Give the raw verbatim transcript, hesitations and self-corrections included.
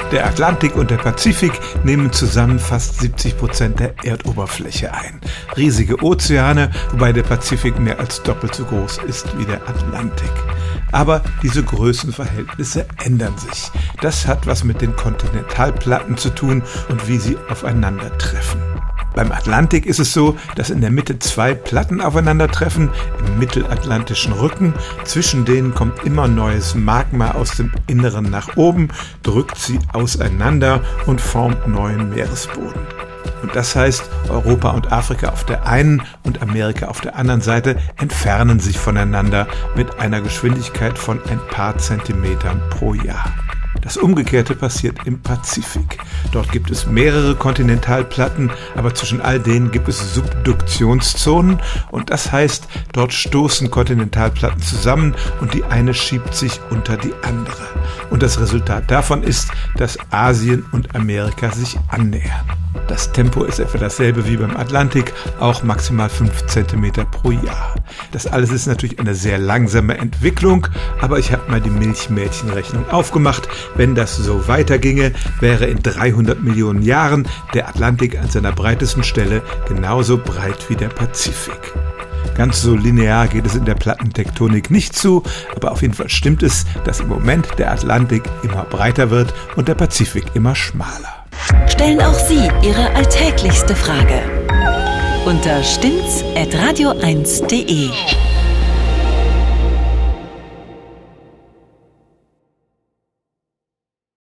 Der Atlantik und der Pazifik nehmen zusammen fast siebzig Prozent der Erdoberfläche ein. Riesige Ozeane, wobei der Pazifik mehr als doppelt so groß ist wie der Atlantik. Aber diese Größenverhältnisse ändern sich. Das hat was mit den Kontinentalplatten zu tun und wie sie aufeinandertreffen. Beim Atlantik ist es so, dass in der Mitte zwei Platten aufeinandertreffen, im mittelatlantischen Rücken. Zwischen denen kommt immer neues Magma aus dem Inneren nach oben, drückt sie auseinander und formt neuen Meeresboden. Und das heißt, Europa und Afrika auf der einen und Amerika auf der anderen Seite entfernen sich voneinander mit einer Geschwindigkeit von ein paar Zentimetern pro Jahr. Das Umgekehrte passiert im Pazifik. Dort gibt es mehrere Kontinentalplatten, aber zwischen all denen gibt es Subduktionszonen und das heißt, dort stoßen Kontinentalplatten zusammen und die eine schiebt sich unter die andere. Und das Resultat davon ist, dass Asien und Amerika sich annähern. Das Tempo ist etwa dasselbe wie beim Atlantik, auch maximal fünf Zentimeter pro Jahr. Das alles ist natürlich eine sehr langsame Entwicklung, aber ich habe mal die Milchmädchenrechnung aufgemacht. Wenn das so weiterginge, wäre in dreihundert Millionen Jahren der Atlantik an seiner breitesten Stelle genauso breit wie der Pazifik. Ganz so linear geht es in der Plattentektonik nicht zu, aber auf jeden Fall stimmt es, dass im Moment der Atlantik immer breiter wird und der Pazifik immer schmaler. Stellen auch Sie Ihre alltäglichste Frage unter stimmt's at radio eins punkt de.